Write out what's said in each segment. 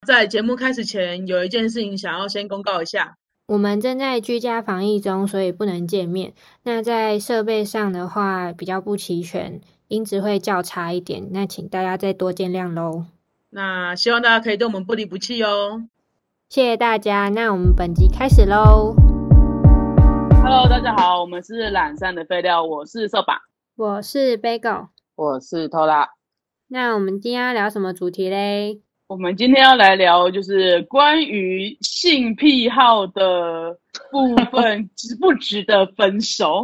在节目开始前，有一件事情想要先公告一下。 我们正在居家防疫中，所以不能见面。那在设备上的话比较不齐全，音质会较差一点，那请大家再多见谅咯。 那希望大家可以对我们不离不弃哦。 谢谢大家，那我们本集开始咯。 Hello， 大家好，我们是懒散的废料，我是色把， 我是 Bagel， 我是偷拉。 那我们今天要聊什么主题嘞？ 我们今天要来聊就是关于性癖好的部分，值不值得分手？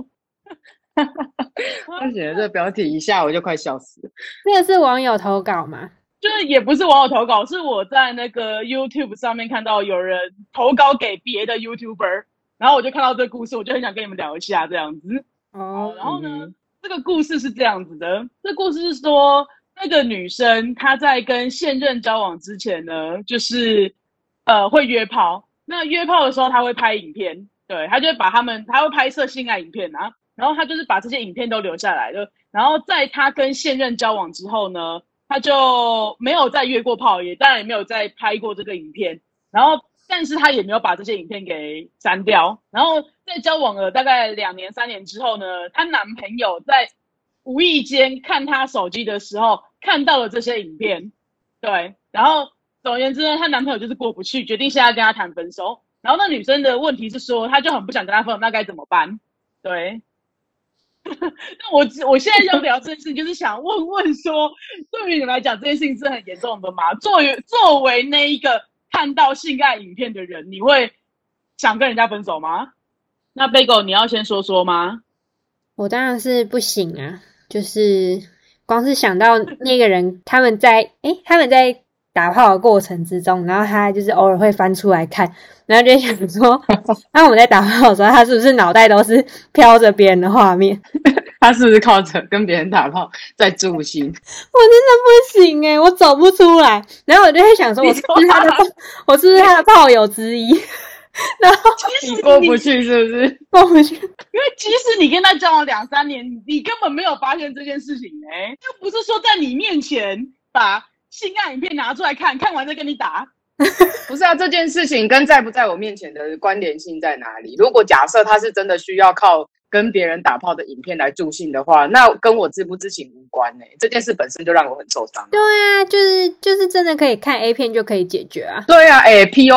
我写了这标题一下我就快笑死了。 这个是网友投稿吗？ 就是也不是网友投稿，是我在那个 YouTube 上面看到有人投稿给别的 YouTuber， 然后我就看到这个故事，我就很想跟你们聊一下这样子。 哦， 然后呢，这个故事是这样子的，这故事是说那个女生她在跟现任交往之前呢，就是会约炮。那约炮的时候，她会拍影片，对，她就会她会拍摄性爱影片啊，然后她就是把这些影片都留下来了。然后在她跟现任交往之后呢，她就没有再约过炮，当然也没有再拍过这个影片。然后，但是她也没有把这些影片给删掉。然后在交往了大概2年3年之后呢，她男朋友在无意间看她手机的时候看到了这些影片，对，然后总而言之呢，她男朋友就是过不去，决定现在跟她谈分手。然后那女生的问题是说，她就很不想跟他分手，那该怎么办？对。那我现在要聊这件事情，就是想问说，对于你们来讲，这件事情是很严重的吗？作为那一个看到性爱影片的人，你会想跟人家分手吗？那Bagel你要先说说吗？ 我当然是不行啊，就是光是想到那个人他们在打炮的过程之中，然后他就是偶尔会翻出来看，然后就想说那我们在打炮的时候，他是不是脑袋都是飘着别人的画面？ 他是不是靠着跟别人打炮在助兴？ 我真的不行欸，我走不出来。然后我就会想说，我是不是他的炮友之一？然后你过不去是不是？ 过不去， 因为即使你跟他交往2、3年，你根本没有发现这件事情又不是说在你面前把性爱影片拿出来看，看完再跟你打。 不是啊，这件事情跟在不在我面前的关联性在哪里？如果假设他是真的需要靠跟别人打炮的影片来助兴的话，那跟我知不知情无关这件事本身就让我很受伤。 对啊，就是真的可以看 A 片就可以解决啊。 对啊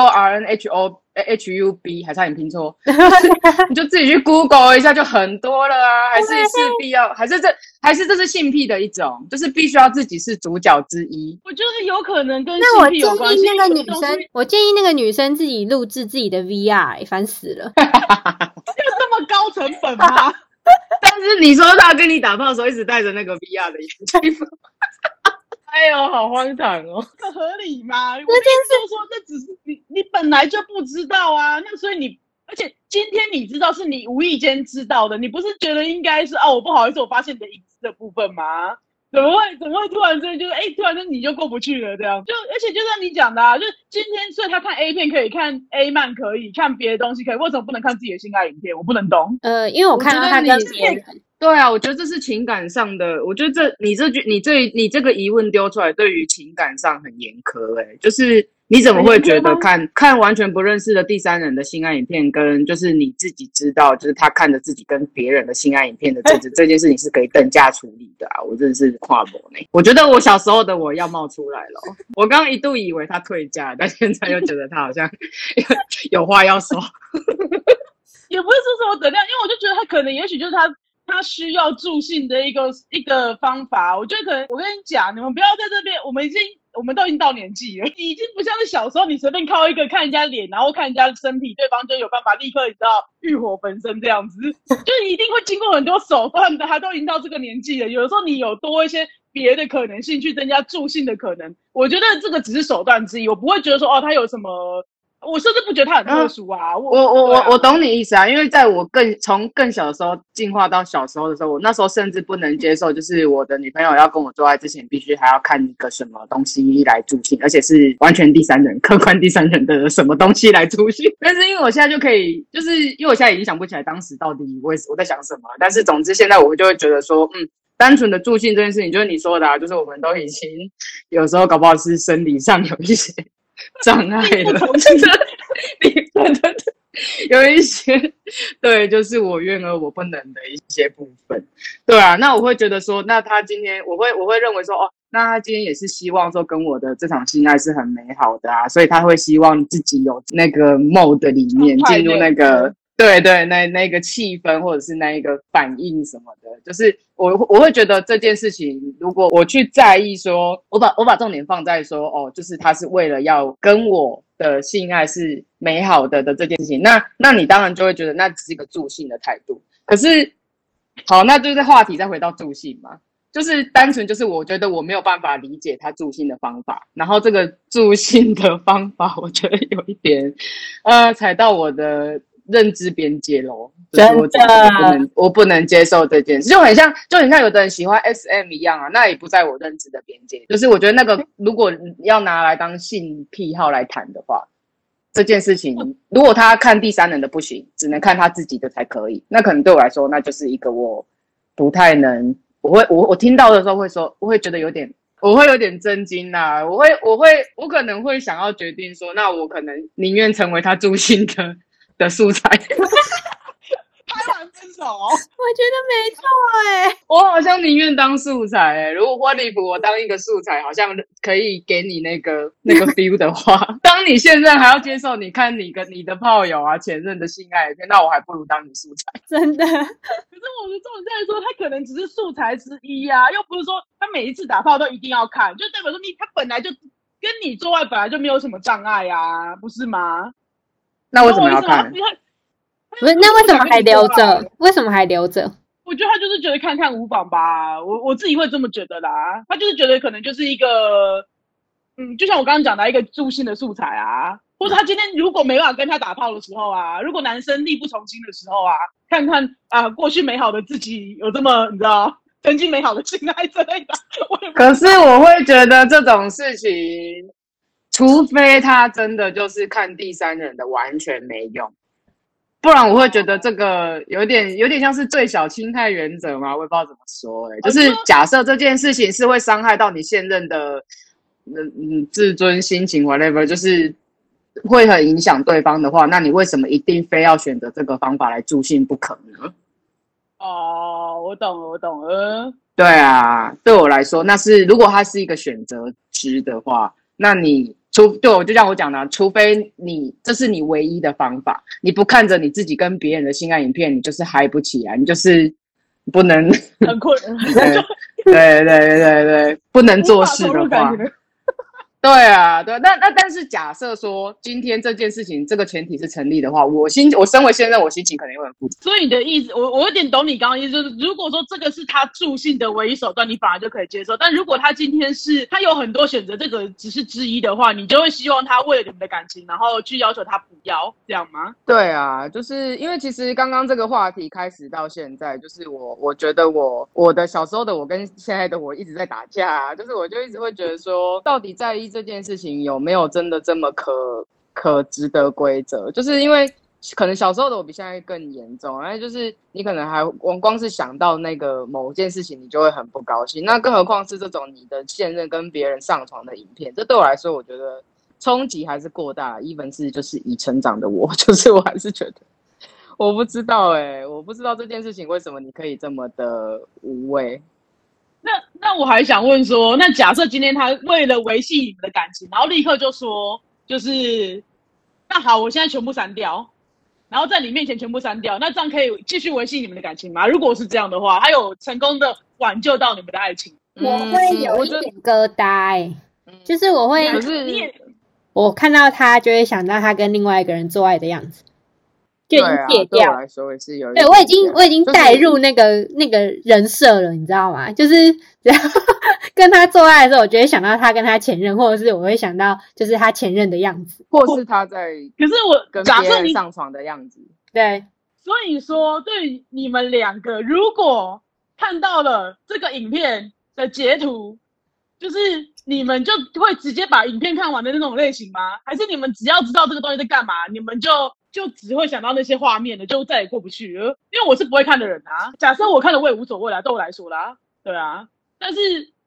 ，PORNHOHUB 还差点拼错，你就自己去 Google 一下就很多了啊，还是必要，还是这是性癖的一种，就是必须要自己是主角之一。 我觉得有可能跟性癖有关系。 我建议那个女生自己录制自己的 VR，烦死了。 要这么高成本吗？ 但是你说他跟你打炮的时候一直戴着那个 VR 的眼镜，哎呦，好荒唐哦！ 这合理吗？这件事说这只是你本来就不知道啊，那所以而且今天你知道是你无意间知道的，你不是觉得应该是我不好意思，我发现你的隐私的部分吗？怎么会突然间就是突然间你就过不去了这样？而且就像你讲的啊，就今天所以他看 A 片可以，看 A 漫可以，看别的东西可以，为什么不能看自己的性爱影片？我不能懂。 因为我看到他跟别人。 对啊，我觉得这是情感上的，我觉得你这个疑问丢出来，对于情感上很严苛就是你怎么会觉得看完全不认识的第三人的性爱影片，跟就是你自己知道，就是他看着自己跟别人的性爱影片的这件事情是可以等价处理的啊！我真的是跨博我觉得我小时候的我要冒出来了。我刚刚一度以为他退价，但现在又觉得他好像有话要说。 也不是说什么等量，因为我就觉得他可能也许就是他需要助兴的一个方法。我觉得可能我跟你讲，你们不要在这边，我们都已经到年纪了，已经不像是小时候你随便靠一个看人家脸，然后看人家身体，对方就有办法立刻你知道欲火焚身这样子，就一定会经过很多手段的。他都已经到这个年纪了，有的时候你有多一些别的可能性去增加助兴的可能，我觉得这个只是手段之一，我不会觉得说他有什么。我甚至不觉得他很特殊啊。 我懂你意思啊，因为在我从更小的时候进化到小时候的时候，我那时候甚至不能接受，就是我的女朋友要跟我做爱之前，必须还要看一个什么东西来助兴，而且是完全第三人、客观第三人的什么东西来助兴。但是因为我现在就可以，就是因为我现在已经想不起来当时到底我在想什么，但是总之现在我就会觉得说，单纯的助兴这件事情，就是你说的啊，就是我们都已经有时候搞不好是生理上有一些障碍了。 重新对对对，有一些对，就是我愿而我不能的一些部分。对啊，那我会觉得说，那他今天我会认为说，哦，那他今天也是希望说跟我的这场性爱是很美好的啊，所以他会希望自己有那个 mode 里面进入那个。对对，那个气氛或者是那一个反应什么的，就是我会觉得这件事情，如果我去在意说，我把重点放在说，哦，就是他是为了要跟我的性爱是美好的这件事情，那你当然就会觉得那只是一个助兴的态度。可是，好，那就是话题再回到助兴嘛，就是单纯就是我觉得我没有办法理解他助兴的方法，然后这个助兴的方法，我觉得有一点踩到我的认知边界咯，就是我不能接受这件事，就很像有的人喜欢 SM 一样啊，那也不在我认知的边界。就是我觉得那个如果要拿来当性癖好来谈的话，这件事情如果他看第三人的不行，只能看他自己的才可以，那可能对我来说，那就是一个我不太能，我听到的时候会说，我会觉得我会有点震惊啦，我可能会想要决定说，那我可能宁愿成为他助兴的素材。 拍完分手， 我觉得没错我好像宁愿当素材如果what if我当一个素材，好像可以给你那个 feel 的话，当你现在还要接受你看你跟你的炮友啊前任的性爱片，那我还不如当你素材。 真的。 可是我的重点在说，他可能只是素材之一啊，又不是说他每一次打炮都一定要看，就代表说他本来就跟你做爱本来就没有什么障碍啊，不是吗？ 那为什么要看？ 不是，那为什么还留着？为什么还留着？ 我觉得他就是觉得看看无妨吧，我自己会这么觉得啦。他就是觉得可能就是一个，就像我刚刚讲的一个助兴的素材啊，或者他今天如果没办法跟他打炮的时候啊，如果男生力不从心的时候啊，看看过去美好的自己有这么你知道曾经美好的性爱之类的。 可是我会觉得这种事情，除非他真的就是看第三人的完全没用。不然我会觉得这个有点像是最小侵害原则嘛，我也不知道怎么说就是假设这件事情是会伤害到你现任的自尊心情 whatever， 就是会很影响对方的话，那你为什么一定非要选择这个方法来助兴不可呢？ 哦，我懂了。 对啊，对我来说，那是如果它是一个选择之的话，那你就像我讲的，除非这是你唯一的方法，你不看着你自己跟别人的性爱影片，你就是嗨不起来，你就是不能很困对，不能做事的话。对啊，对，那但是假设说今天这件事情这个前提是成立的话，我身为现任，我心情可能会很复杂。 所以你的意思，我有点懂你刚刚的意思，就是如果说这个是他助兴的唯一手段，你反而就可以接受；但如果他今天是他有很多选择，这个只是之一的话，你就会希望他为了你们的感情，然后去要求他不要，这样吗？ 对啊，就是因为其实刚刚这个话题开始到现在，就是我觉得我的小时候的我跟现在的我一直在打架就是我就一直会觉得说，到底在意这件事情有没有真的这么可值得规则？就是因为可能小时候的我比现在更严重，就是你可能还光是想到那个某件事情，你就会很不高兴。那更何况是这种你的现任跟别人上床的影片，这对我来说，我觉得冲击还是过大。even 是就是已成长的我，就是我还是觉得，我不知道我不知道这件事情为什么你可以这么的无畏。 那我还想问说，那假设今天他为了维系你们的感情，然后立刻就说，就是那好，我现在全部删掉，然后在你面前全部删掉，那这样可以继续维系你们的感情吗？如果是这样的话，他有成功的挽救到你们的爱情？ 我会有一点疙瘩就是我会， 可是我看到他就会想到他跟另外一个人做爱的样子。就已经戒掉， 对我来说也是有。 对，我已经带入那个人设了，你知道吗？就是跟他做爱的时候，我就会想到他跟他前任，或者是我会想到就是他前任的样子， 或是他在可是我跟别人上床的样子。 对， 所以说对于你们两个，如果看到了这个影片的截图，就是你们就会直接把影片看完的那种类型吗？还是你们只要知道这个东西在干嘛，你们就只会想到那些画面的，就再也过不去了？因为我是不会看的人啊。假设我看了，我也无所谓啦，对我来说啦，对啊。但是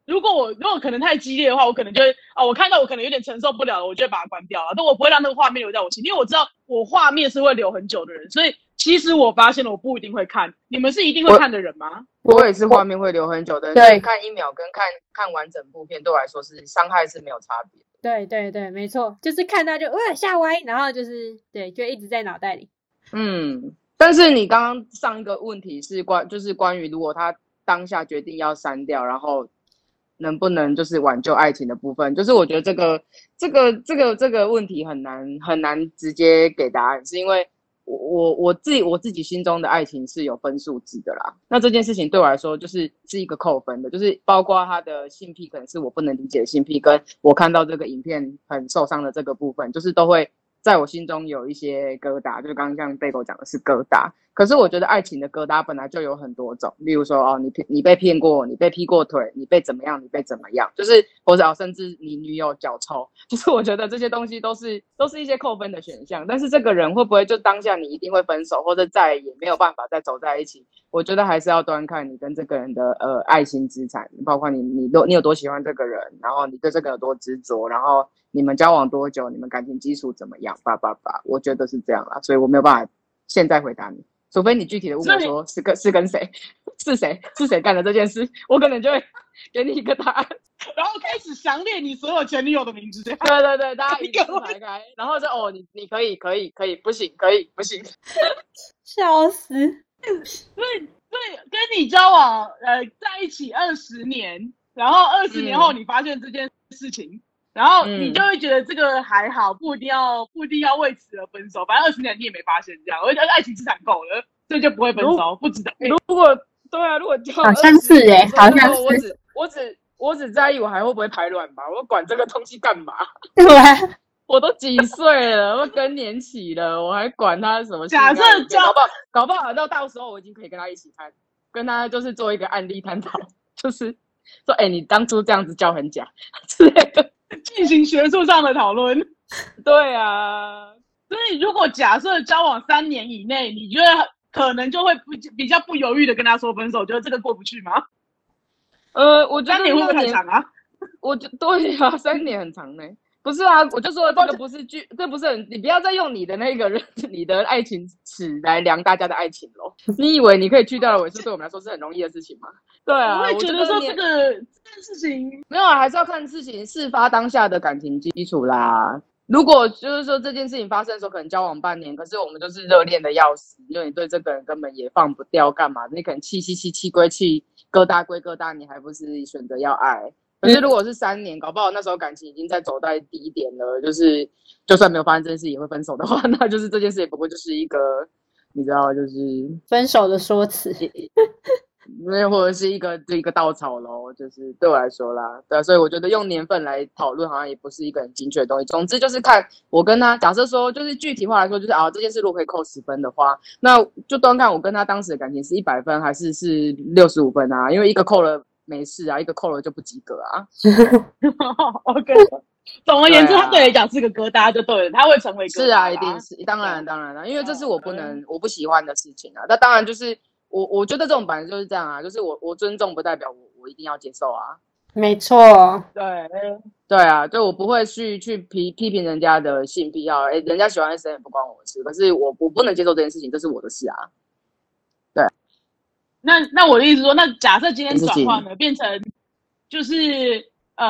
如果可能太激烈的话，我可能就会我看到我可能有点承受不了了，我就会把它关掉了。但我不会让那个画面留在我心里，因为我知道我画面是会留很久的人，所以其实我发现了我不一定会看。你们是一定会看的人吗？ 我也是画面会留很久的人，所以看1秒跟看完整部片对我来说是伤害是没有差别。 对对对，没错，就是看到就吓歪，然后就是对，就一直在脑袋里。 但是你刚刚上一个问题是就是关于如果他当下决定要删掉，然后能不能就是挽救爱情的部分，就是我觉得这个问题很难直接给答案，是因为我自己心中的爱情是有分数制的啦。那这件事情对我来说是一个扣分的，就是包括他的性癖可能是我不能理解的性癖，跟我看到这个影片很受伤的这个部分，就是都会在我心中有一些疙瘩，就刚刚像贝狗讲的是疙瘩。可是我觉得爱情的疙瘩本来就有很多种，例如说你被骗过，你被劈过腿，你被怎么样，你被怎么样，就是或者甚至你女友脚臭，就是我觉得这些东西都是一些扣分的选项。但是这个人会不会就当下你一定会分手，或者再也没有办法再走在一起，我觉得还是要端看你跟这个人的爱情资产，包括你有多喜欢这个人，然后你对这个有多执着，然后你们交往多久，你们感情基础怎么样，我觉得是这样啦，所以我没有办法现在回答你，除非你具体的问我说是跟谁，是谁干的这件事，我可能就会给你一个答案， 然后开始详列你所有前女友的名字。对对对，大家一字排开，然后就你可以，不行，可以不行， 笑死。 所以跟你交往在一起20年，然后20年后你发现这件事情。然后你就会觉得这个还好，不一定要为此而分手，反正20年你也没发现这样，而且爱情资产够了，所以就不会分手，不值得。 如果对啊，如果好像是好像是我只在意我还会不会排卵吧，我管这个东西干嘛？ 对啊， 我都几岁了，我更年期了，我还管他什么？ 假设搞不好到时候我已经可以跟他一起跟他就是做一个案例探讨，就是说，你当初这样子叫很假之类的。 进行学术上的讨论。 对啊， 所以如果假设交往3年以内，你觉得可能就会比较不犹豫的跟他说分手，觉得这个过不去吗？ 我觉得 3年会不会太长啊？ 对啊，3年很长呢。不是啊，我就说这个不是这不是很，你不要再用你的那个你的爱情尺来量大家的爱情咯。你以为你可以去掉的尾数，对我们来说是很容易的事情吗？对啊， 我会觉得说这件事情没有啊，还是要看事情事发当下的感情基础啦。如果就是说这件事情发生的时候，可能交往半年，可是我们就是热恋的要死，因为你对这个人根本也放不掉，干嘛？你可能气归气，疙瘩归疙瘩，你还不是选择要爱？可是如果是3年，搞不好那时候感情已经在走在低点了，就是就算没有发生这件事也会分手的话，那就是这件事也不过就是一个你知道，就是分手的说辞。 或者是一个稻草咯，就是对我来说啦，对啊，所以我觉得用年份来讨论好像也不是一个很精确的东西。总之就是看我跟他，假设说就是具体化来说，就是这件事如果可以扣10分的话，那就端看我跟他当时的感情是100分还是65分啊？因为一个扣了没事啊，一个扣了就不及格啊。 OK。总而言之，他对你讲是个疙瘩就对了，他会成为疙瘩。 是啊，一定是，当然啦，因为这是我不喜欢的事情啊。那当然就是我觉得这种本来就是这样啊，就是我尊重不代表我一定要接受啊。 没错， 对啊，就我不会去批评人家的性癖好，人家喜欢 SM 不关我的事，可是我不能接受这件事情，这是我的事啊。对， 那我的意思说，那假设今天转换了，变成就是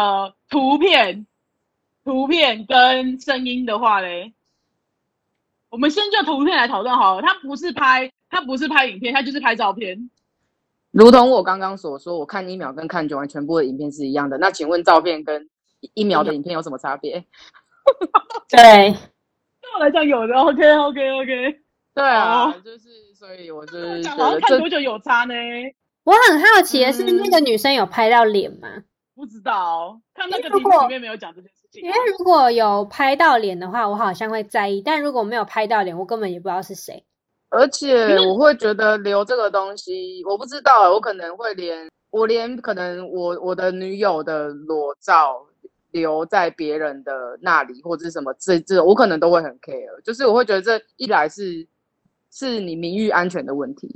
图片跟声音的话嘞，我们先就图片来讨论好了。他不是拍影片，他就是拍照片。 如同我刚刚所说，我看1秒跟看9完全部的影片是一样的。那请问照片跟1秒的影片有什么差别？ 对， 对我来讲有的。OK。 对啊，就是所以我就是讲好像看多久有差呢？ 我很好奇的是，那个女生有拍到脸吗？ 不知道，看那个题目里面没有讲这件事情。 因为如果有拍到脸的话，我好像会在意；但如果没有拍到脸，我根本也不知道是谁。 而且我会觉得留这个东西，我不知道，我可能会连可能我的女友的裸照留在别人的那里，或者是什么这我可能都会很 care。就是我会觉得这一来是你名誉安全的问题。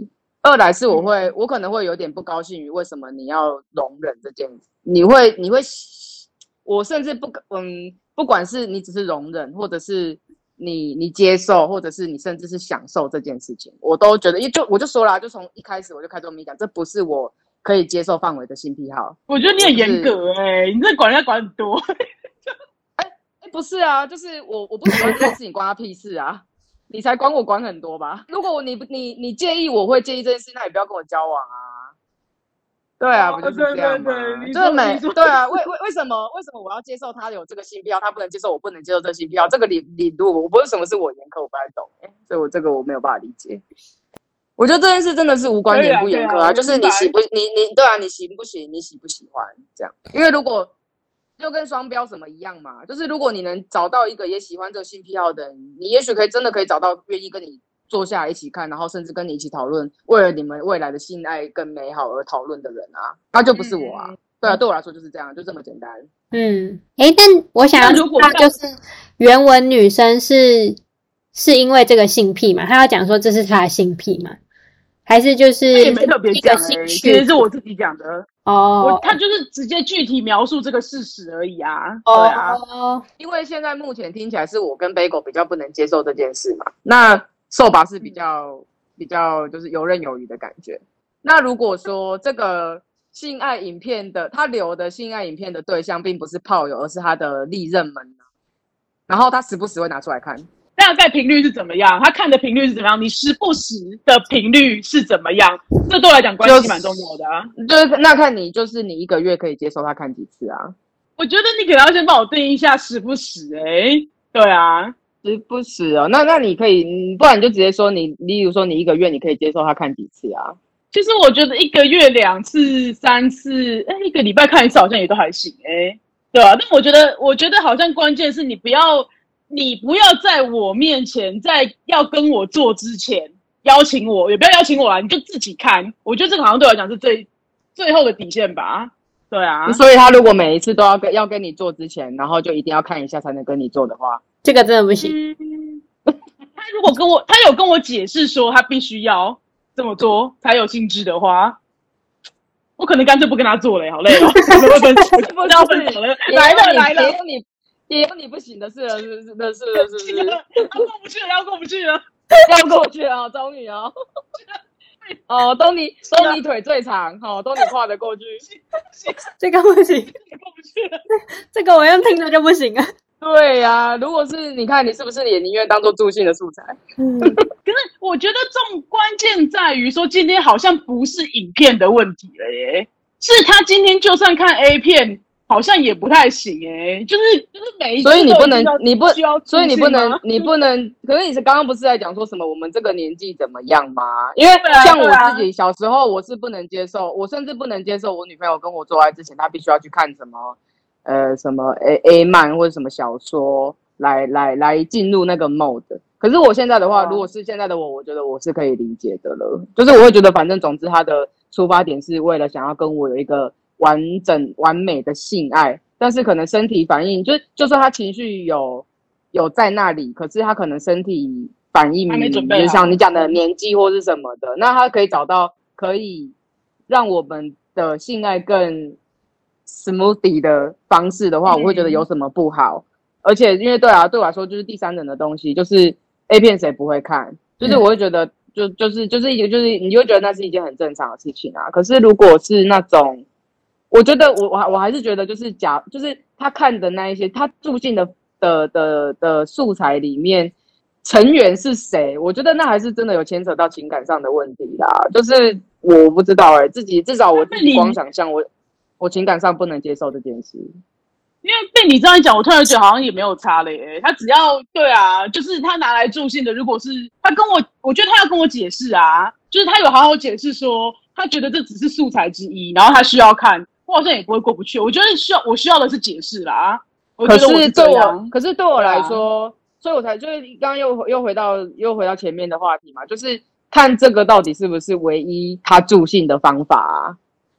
二来是我可能会有点不高兴于为什么你要容忍这件事，你会，我甚至不管是你只是容忍，或者是你接受，或者是你甚至是享受这件事情，我都觉得，因为我就说啦，就从一开始我就开始跟你讲，这不是我可以接受范围的性癖好。 我觉得你很严格你这管人家管很多。 不是啊，就是我不喜欢这件事情，关他屁事啊！你才管我管很多吧？如果你介意，我会介意这件事，那你不要跟我交往啊！对啊，不就是这样吗？就是对啊，为什么我要接受他有这个性癖好，他不能接受，我不能接受这个性癖好？这个理路，我不是什么是我严苛，我不太懂所以这个我没有办法理解。我觉得这件事真的是无关严不严苛啊，就是你喜不对啊，你喜不喜你喜不喜欢这样？因为如果就跟双标什么一样嘛，就是如果你能找到一个也喜欢这个性癖好的人，你也许真的可以找到愿意跟你坐下来一起看，然后甚至跟你一起讨论为了你们未来的性爱更美好而讨论的人啊，那就不是我啊。对啊，对我来说就是这样，就这么简单。 但我想要知道，就是原文女生是因为这个性癖嘛？她要讲说这是她的性癖嘛？还是就是也没特别讲其实是我自己讲的。他就是直接具体描述这个事实而已啊。对啊， 因为现在目前听起来是我跟Bagel比较不能接受这件事嘛，那受把是比较就是游刃有余的感觉。那如果说这个性爱影片的他留的性爱影片的对象并不是炮友，而是他的利刃们呢，然后他时不时会拿出来看。 大概频率是怎么样？他看的频率是怎么样？你时不时的频率是怎么样？这对我来讲关系蛮重要的啊。 就是那看你一个月可以接受他看几次啊？ 我觉得你可能要先帮我定义一下时不时对啊， 时不时哦。那你可以，不然你就直接说例如说你一个月你可以接受他看几次啊？ 其实我觉得一个月2次、3次，一个礼拜看一次好像也都还行对啊。但我觉得好像关键是你不要在我面前，在要跟我做之前邀请我，也不要邀请我啦，你就自己看。我觉得这个好像对我来讲是最后的底线吧。对啊， 所以他如果每一次都要跟你做之前，然后就一定要看一下才能跟你做的话， 这个真的不行。 他如果他有跟我解释说他必须要这么做才有兴致的话，我可能干脆不跟他做了好累哦。不要分手了，来了。 也有你不行的事了，是不是？ 要过不去了， 终于都你腿最长，都你跨得过去， 这个不行， 过不去了， 这个我用听的就不行啊。 对呀，如果是你看，你是不是也宁愿当做助兴的素材？ 可是我觉得关键在于说，今天好像不是影片的问题了是他今天就算看 A 片。好像也不太行就是每一次， 所以你不能，可是你是刚刚不是在讲说什么我们这个年纪怎么样吗？因为像我自己小时候，我是不能接受，我甚至不能接受我女朋友跟我做爱之前，她必须要去看什么A 漫或者什么小说来进入那个 mode。可是我现在的话，如果是现在的我觉得我是可以理解的了，就是我会觉得反正总之他的出发点是为了想要跟我有一个完整完美的性爱，但是可能身体反应就算他情绪有在那里，可是他可能身体反应还没准备好， 就像你讲的年纪或是什么的，那他可以找到可以让我们的性爱更 smoothie 的方式的话，我会觉得有什么不好。而且因为对我来说就是第三人的东西，就是 A 片谁不会看，就是我会觉得就是你就会觉得那是一件很正常的事情啊。可是如果是那种我觉得我还是觉得就是他看的那一些他助兴的素材里面成员是谁，我觉得那还是真的有牵扯到情感上的问题啦。就是我不知道至少我自己光想象我情感上不能接受这件事。 因为被你这样一讲，我突然觉得好像也没有差了他只要对啊，就是他拿来助兴的，如果是他我觉得他要跟我解释啊，就是他有好好解释说他觉得这只是素材之一，然后他需要看，我好像也不会过不去。我觉得我需要的是解释啦。可是对我来说，所以我才就是刚刚又回到前面的话题嘛，就是看这个到底是不是唯一他助兴的方法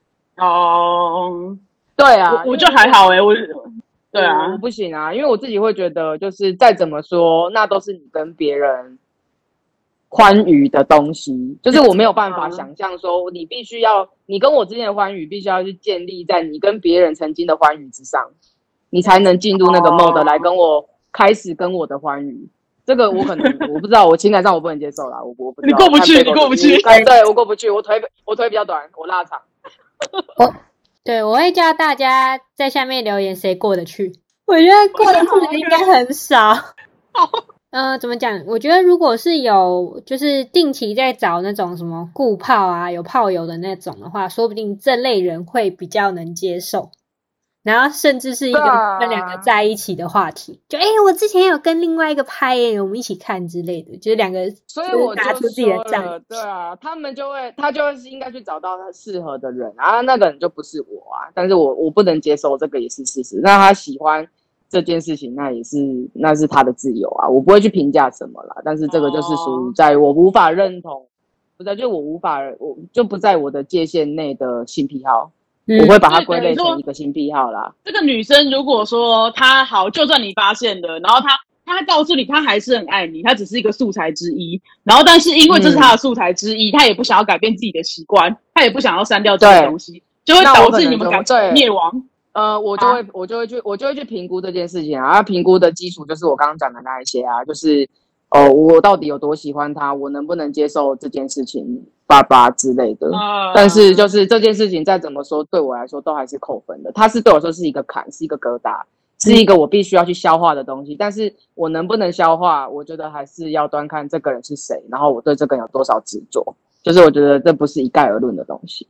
对啊， 我就还好对啊， 我不行啊，因为我自己会觉得，就是再怎么说，那都是你跟别人欢愉的东西，就是我没有办法想象说你跟我之间的欢愉必须要去建立在你跟别人曾经的欢愉之上，你才能进入那个 mode 来跟我开始跟我的欢愉。这个我可能我不知道，我情感上我不能接受啦，我不知道。 你过不去，你过不去。 对，我过不去，我腿比较短，我腊肠。 我会叫大家在下面留言谁过得去。我觉得过得去的应该很少。怎么讲？我觉得如果是有就是定期在找那种什么固炮啊，有炮友的那种的话，说不定这类人会比较能接受。然后甚至是一个跟两个在一起的话题，就我之前有跟另外一个拍我们一起看之类的，就是两个， 所以我就拿出自己的战， 对啊，他就会应该去找到他适合的人啊，那个人就不是我啊，但是我不能接受，这个也是事实。那他喜欢这件事情，那是他的自由啊，我不会去评价什么啦。但是这个就是属于在我无法认同，不在就我就不在我的界限内的性癖好。我会把它归类成一个性癖好啦。 这个女生如果说她好，就算你发现了，然后她告诉你她还是很爱你，她只是一个素材之一。然后但是因为这是她的素材之一，她也不想要改变自己的习惯，她也不想要删掉这个东西，就会导致你们感情灭亡。 我就会去评估这件事情啊。评估的基础就是我刚刚讲的那一些啊，就是我到底有多喜欢他，我能不能接受这件事情，爸爸之类的。但是就是这件事情再怎么说，对我来说都还是扣分的。它是对我说是一个坎，是一个疙瘩，是一个我必须要去消化的东西。但是我能不能消化，我觉得还是要端看这个人是谁，然后我对这个人有多少执着。就是我觉得这不是一概而论的东西。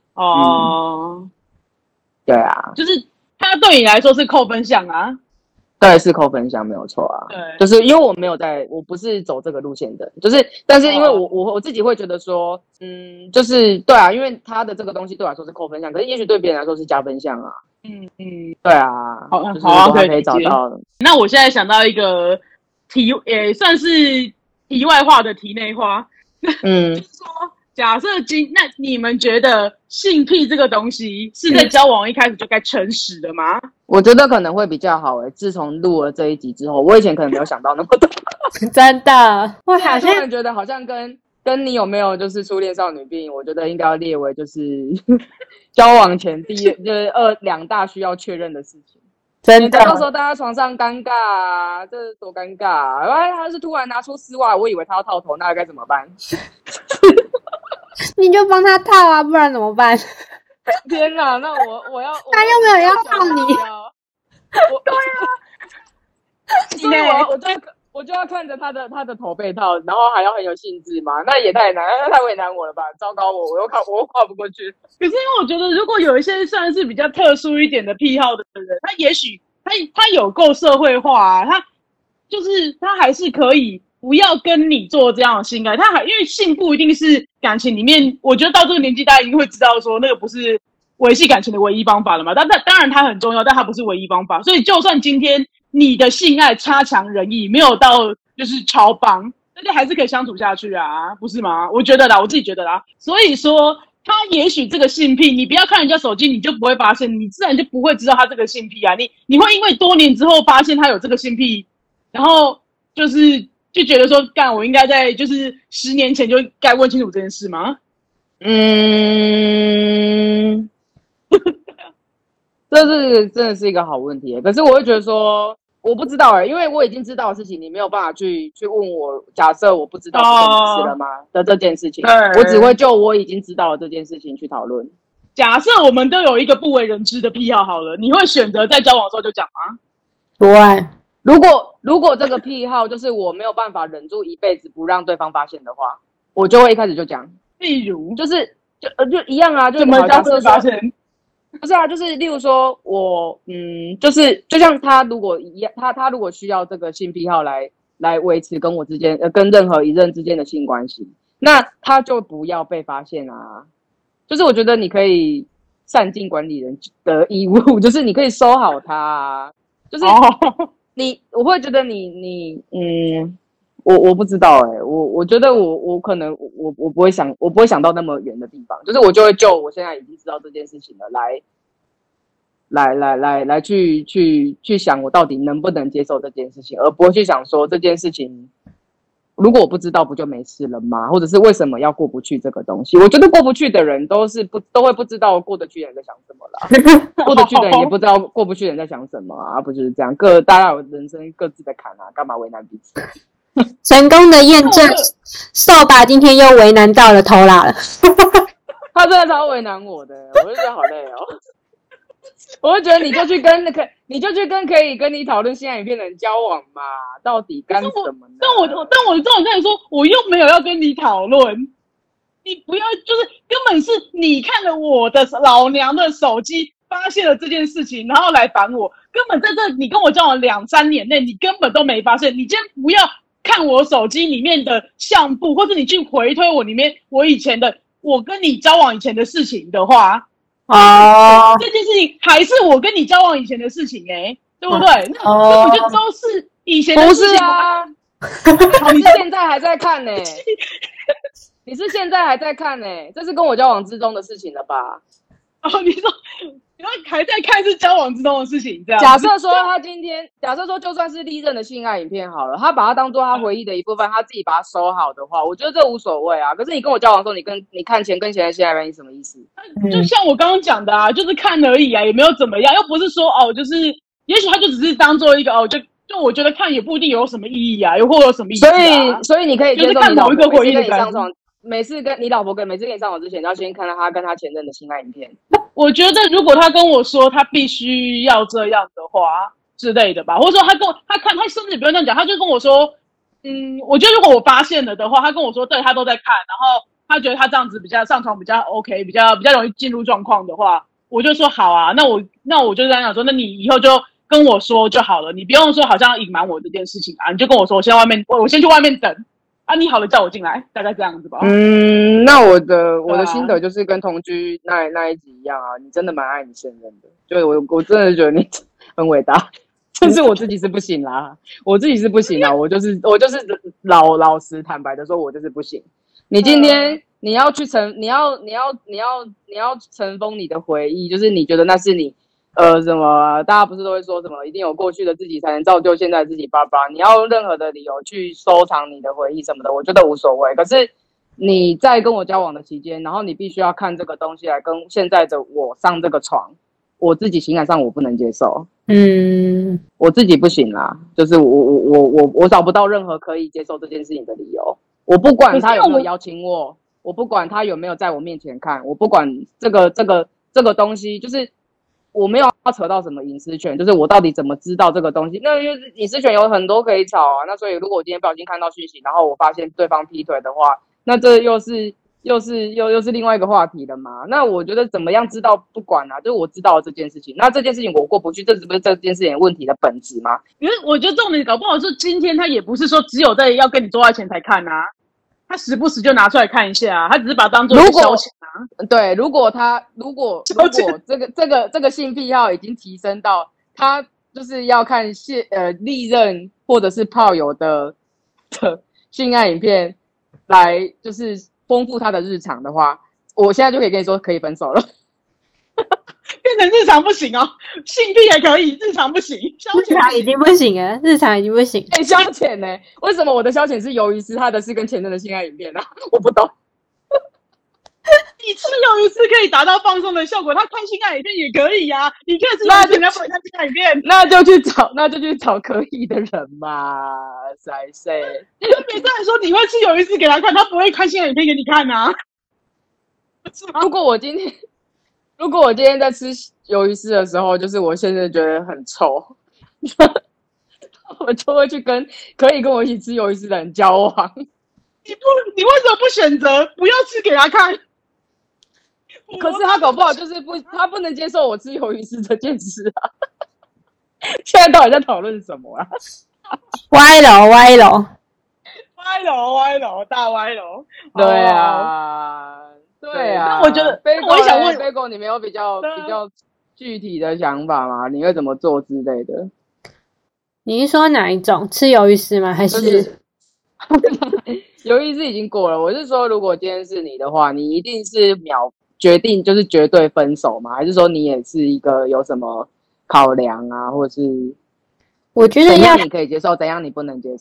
对啊， 就是他对你来说是扣分项啊。 对，是扣分项没有错啊。对，就是因为我不是走这个路线的，但是因为我自己会觉得说，就是对啊，因为他的这个东西对我来说是扣分项，可是也许对别人来说是加分项啊。对啊， 好啊，可以找到。 那我现在想到一个也算是题外话的题内话，就是说，假设那你们觉得性癖这个东西是在交往一开始就该诚实的吗？ 我觉得可能会比较好自从录了这一集之后，我以前可能没有想到那么多。 真的，我好像突然觉得好像跟你有没有就是初恋少女病，我觉得应该要列为就是交往前就是两大需要确认的事情。真的，到时候大家床上尴尬啊，这是多尴尬啊！他是突然拿出丝袜，我以为他要套头，那该怎么办？ 你就帮他套啊，不然怎么办？ 天哪，那我要他又没有要套你， 对啊，所以我就要看着他的头被套，然后还要很有兴致嘛，那也太难，那太为难我了吧？糟糕，我跨不过去。 可是因为我觉得，如果有一些算是比较特殊一点的癖好的人，他也许他有够社会化啊，他还是可以不要跟你做这样的性爱，因为性不一定是感情里面，我觉得到这个年纪大家一定会知道说那个不是维系感情的唯一方法了嘛。当然它很重要，但它不是唯一方法。所以就算今天你的性爱差强人意，没有到就是超棒，大家还是可以相处下去啊，不是吗？我觉得啦，我自己觉得啦。所以说他也许这个性癖，你不要看人家手机，你就不会发现，你自然就不会知道他这个性癖啊。你会因为多年之后发现他有这个性癖，然后就觉得说，干，我应该在就是10年前就该问清楚这件事吗？ 这是真的是一个好问题。可是我会觉得说，我不知道因为我已经知道的事情，你没有办法去问我。假设我不知道这件事了吗？的这件事情，我只会就我已经知道的这件事情去讨论。 假设我们都有一个不为人知的癖好好了，你会选择在交往的时候就讲吗？ 不会。 如果这个癖好就是我没有办法忍住一辈子不让对方发现的话，我就会一开始就讲。 例如， 就一样啊，就怎么叫会发现？ 不是啊，就是例如说我就像他如果一样，他如果需要这个性癖好来维持跟我之间跟任何一任之间的性关系，那他就不要被发现啊。就是我觉得你可以善尽管理人的义务，就是你可以收好它啊。就是我会觉得我不知道我觉得我可能我不会想到那么远的地方，就是我就会就我现在已经知道这件事情了来去想我到底能不能接受这件事情，而不会去想说这件事情如果我不知道，不就没事了吗？或者是为什么要过不去这个东西？我觉得过不去的人都会不知道过得去的人在想什么啦，过得去的人也不知道过不去的人在想什么啊，不就是这样？大家有人生各自的坎啊，干嘛为难彼此？ 成功的验证，扫把今天又为难到了偷拉了。 他真的超为难我的，我就觉得好累哦。我就觉得你就去跟可以跟你讨论性爱影片的人交往嘛，到底干什么呢？ 但我这种跟你说，我又没有要跟你讨论，你不要就是根本是你看了我的老娘的手机，发现了这件事情，然后来烦我。根本在这你跟我交往2-3年内，你根本都没发现。你今天不要看我手机里面的相簿，或者你去回推我里面我以前的我跟你交往以前的事情的话。这件事情还是我跟你交往以前的事情对不对？那根本就都是以前的事情。 不是啊，你现在还在看呢、你是现在还在看呢、这是跟我交往之中的事情了吧？ 你说还在看是交往之中的事情，这样。 假设说就算是历任的性爱影片好了，他把它当做他回忆的一部分，他自己把它收好的话，我觉得这无所谓啊。可是你跟我交往的时候，你看前跟前的性爱影片什么意思？ 就像我刚刚讲的啊，就是看而已啊，也没有怎么样，又不是说就是也许他就只是当做一个就我觉得看也不一定有什么意义啊，又或有什么意义啊。 所以你可以接受看某一个回忆的感觉。 每次跟你老婆每次跟你上床之前，要先看到他跟他前任的性爱影片。 我觉得如果他跟我说他必须要这样的话之类的吧，或者说他甚至不用这样讲，他就跟我说，我觉得如果我发现了的话，他跟我说对他都在看，然后他觉得他这样子比较上床比较 OK， 比较容易进入状况的话，我就说好啊，那我就这样讲说，那你以后就跟我说就好了，你不用说好像隐瞒我这件事情啊，你就跟我说我先去外面等。你好了叫我进来，大概这样子吧。 那我的心得就是跟同居那一集一样啊，你真的蛮爱你现任的，就我真的觉得你很伟大，但是我自己是不行啦，我就是老实坦白的说，我就是不行。你今天你要尘封你的回忆，就是你觉得那是你。什么？大家不是都会说什么？一定有过去的自己才能造就现在的自己。爸爸，你要任何的理由去收藏你的回忆什么的，我觉得无所谓。可是你在跟我交往的期间，然后你必须要看这个东西来跟现在的我上这个床，我自己情感上我不能接受。我自己不行啦，就是我找不到任何可以接受这件事情的理由。我不管他有没有邀请我，我不管他有没有在我面前看，我不管这个东西，就是。我没有要扯到什么隐私权，就是我到底怎么知道这个东西？那因为隐私权有很多可以吵啊。那所以如果我今天不小心看到讯息，然后我发现对方劈腿的话，那这又是另外一个话题了嘛？那我觉得怎么样知道不管啊，就是我知道了这件事情，那这件事情我过不去，这不是这件事情问题的本质吗？ 因为我觉得重点搞不好是今天他也不是说只有在要跟你做爱前才看啊。他时不时就拿出来看一下他只是把它当做一个消遣啊。 对，如果这个性癖好已经提升到他就是要看历任或者是炮友的性爱影片来就是丰富他的日常的话，我现在就可以跟你说可以分手了。 变成日常不行哦，性癖还可以，日常不行， 日常已经不行了，日常已经不行。 消遣呢？为什么我的消遣是鱿鱼丝，他的是跟前任的性爱影片啊？我不懂。 你吃鱿鱼丝可以达到放松的效果，他看性爱影片也可以啊。你可以吃鱿鱼丝，你要不看性爱影片， 那就去找可以的人嘛，谁？ 别再说你会吃鱿鱼丝给他看，他不会看性爱影片给你看啊。 如果我今天在吃鱿鱼丝的时候，就是我现在觉得很臭，我就会去跟可以跟我一起吃鱿鱼丝的人交往。 你为什么不选择不要吃给他看？ 可是他搞不好就是他不能接受我吃鱿鱼丝这件事啊。现在到底在讨论什么啊？ 歪楼， 大歪楼。 对啊。对啊， 那我觉得， 我也想问贝狗，你没有比较具体的想法吗？你会怎么做之类的？ 你是说哪一种？吃鱿鱼丝吗？还是？ 鱿鱼丝已经过了。我是说，如果今天是你的话，你一定是决定就是绝对分手吗？还是说你也是一个有什么考量啊，或者是？ 我觉得怎样你可以接受，怎样你不能接受？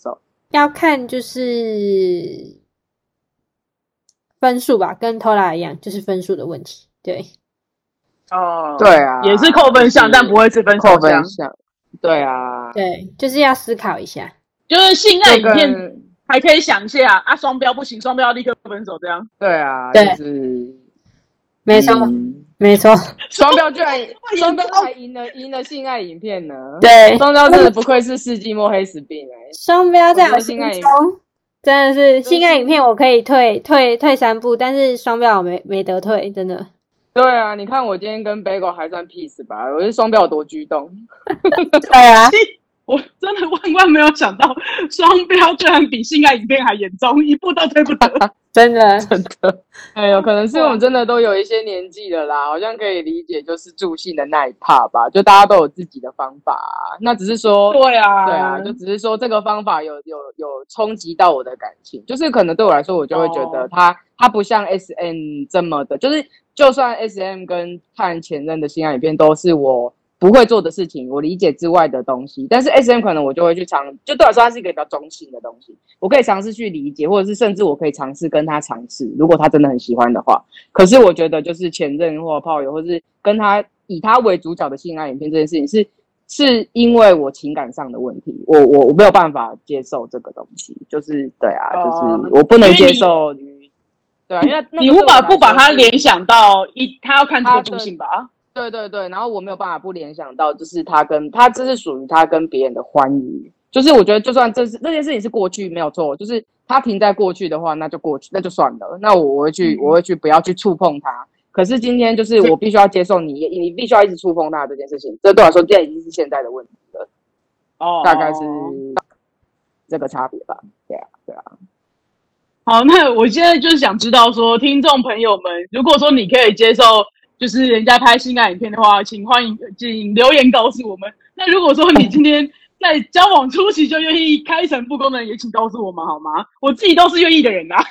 要看就是分数吧，跟 Tola 一样，就是分数的问题。对， 哦， 对啊， 也是扣分项，但不会是分扣手项。 分项。对啊， 对，就是要思考一下。 就是性爱影片还可以想一下啊，双标不行，双标立刻分手这样。 对啊， 对就是没错，没错。 双标居然还赢了性爱影片呢。 对， 双标真的不愧是世纪末黑死病双标在我心中真的是性爱影片，我可以退3部，但是双标我没得退，真的。 对啊，你看我今天跟 Bagel 还算 peace 吧，我是双标有多激动。 对啊， 我真的万没有想到，双标居然比性爱影片还严重，一步都推不得。 真的。 哎呦，可能是我们真的都有一些年纪了啦，好像可以理解，就是助性的那一 part 吧，就大家都有自己的方法那只是说，对啊，就只是说这个方法有冲击到我的感情，就是可能对我来说，我就会觉得它不像 SM 这么的，就是就算 SM 跟看前任的性爱影片都是我不会做的事情，我理解之外的东西，但是 SM 可能我就会去就对我来说它是一个比较中性的东西，我可以尝试去理解，或者是甚至我可以尝试跟他尝试，如果他真的很喜欢的话。可是我觉得就是前任或炮友，或是跟他以他为主角的性爱影片这件事情是因为我情感上的问题，我没有办法接受这个东西，就是对啊，就是我不能接受对啊，因为你无法不把它联想到他要看这个助性吧。 对，然后我没有办法不联想到，就是这是属于他跟别人的欢愉，就是我觉得就算这件事情是过去没有错，就是他停在过去的话，那就过去，那就算了，那我会去不要去触碰他。可是今天就是我必须要接受你必须要一直触碰他这件事情，这对我来说这已经是现在的问题了。大概是这个差别吧。对啊。 好，那我现在就是想知道说，听众朋友们，如果说你可以接受。就是人家拍性爱影片的话，请留言告诉我们。那如果说你今天在交往初期就愿意开诚布公的人，也请告诉我们好吗？我自己都是愿意的人啊。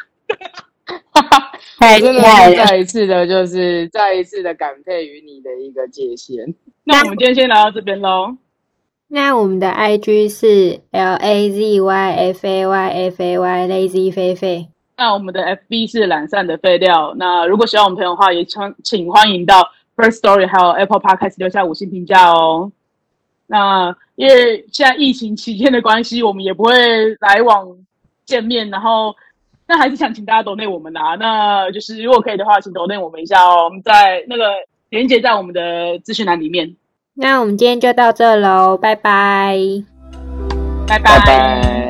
太厉害了！ 再一次的感佩于你的一个界限。 那我们今天先聊到这边咯。 那我们的 IG 是 LAZYFAYFAY Lazy 菲菲。 那我们的 FB 是懒散的废料。那如果喜欢我们朋友的话，也请欢迎到 First Story 还有 Apple Podcast 留下5星评价哦。那因为现在疫情期间的关系，我们也不会来往见面，然后那还是想请大家donate我们啦。那就是如果可以的话，请donate我们一下哦。我们在那个连结在我们的资讯栏里面。 那我们今天就到这咯，拜拜， 拜拜。